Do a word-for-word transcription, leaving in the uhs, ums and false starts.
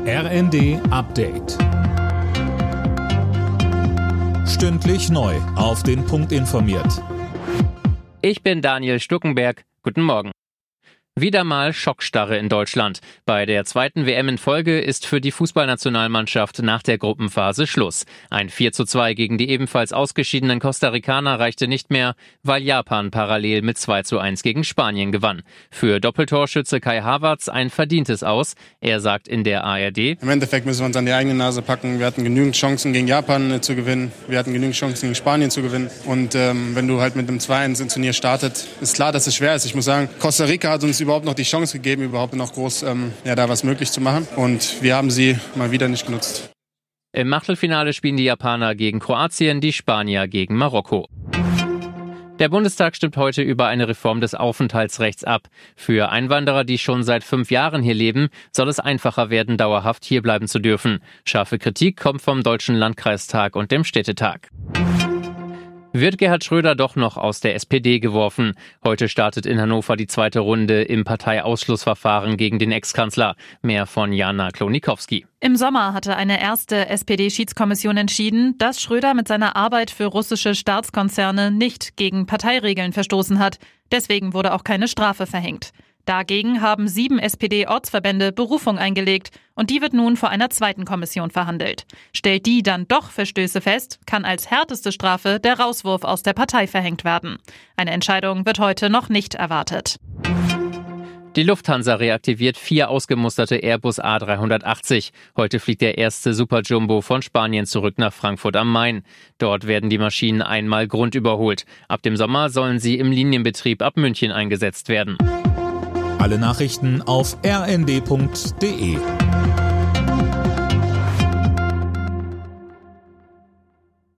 R N D Update. Stündlich neu auf den Punkt informiert. Ich bin Daniel Stuckenberg. Guten Morgen. Wieder mal Schockstarre in Deutschland. Bei der zweiten W M in Folge ist für die Fußballnationalmannschaft nach der Gruppenphase Schluss. Ein vier zu zwei gegen die ebenfalls ausgeschiedenen Costa Ricaner reichte nicht mehr, weil Japan parallel mit zwei zu eins gegen Spanien gewann. Für Doppeltorschütze Kai Havertz ein verdientes Aus. Er sagt in der A R D: Im Endeffekt müssen wir uns an die eigene Nase packen. Wir hatten genügend Chancen gegen Japan äh, zu gewinnen. Wir hatten genügend Chancen gegen Spanien zu gewinnen. Und ähm, wenn du halt mit einem zwei eins ins Turnier startet, ist klar, dass es schwer ist. Ich muss sagen, Costa Rica hat uns überhaupt noch die Chance gegeben, überhaupt noch groß ähm, ja, da was möglich zu machen. Und wir haben sie mal wieder nicht genutzt. Im Achtelfinale spielen die Japaner gegen Kroatien, die Spanier gegen Marokko. Der Bundestag stimmt heute über eine Reform des Aufenthaltsrechts ab. Für Einwanderer, die schon seit fünf Jahren hier leben, soll es einfacher werden, dauerhaft hierbleiben zu dürfen. Scharfe Kritik kommt vom Deutschen Landkreistag und dem Städtetag. Wird Gerhard Schröder doch noch aus der S P D geworfen? Heute startet in Hannover die zweite Runde im Parteiausschlussverfahren gegen den Ex-Kanzler. Mehr von Jana Klonikowski. Im Sommer hatte eine erste S P D-Schiedskommission entschieden, dass Schröder mit seiner Arbeit für russische Staatskonzerne nicht gegen Parteiregeln verstoßen hat. Deswegen wurde auch keine Strafe verhängt. Dagegen haben sieben S P D-Ortsverbände Berufung eingelegt und die wird nun vor einer zweiten Kommission verhandelt. Stellt die dann doch Verstöße fest, kann als härteste Strafe der Rauswurf aus der Partei verhängt werden. Eine Entscheidung wird heute noch nicht erwartet. Die Lufthansa reaktiviert vier ausgemusterte Airbus A dreihundertachtzig. Heute fliegt der erste Super-Jumbo von Spanien zurück nach Frankfurt am Main. Dort werden die Maschinen einmal grundüberholt. Ab dem Sommer sollen sie im Linienbetrieb ab München eingesetzt werden. Alle Nachrichten auf r n d punkt d e.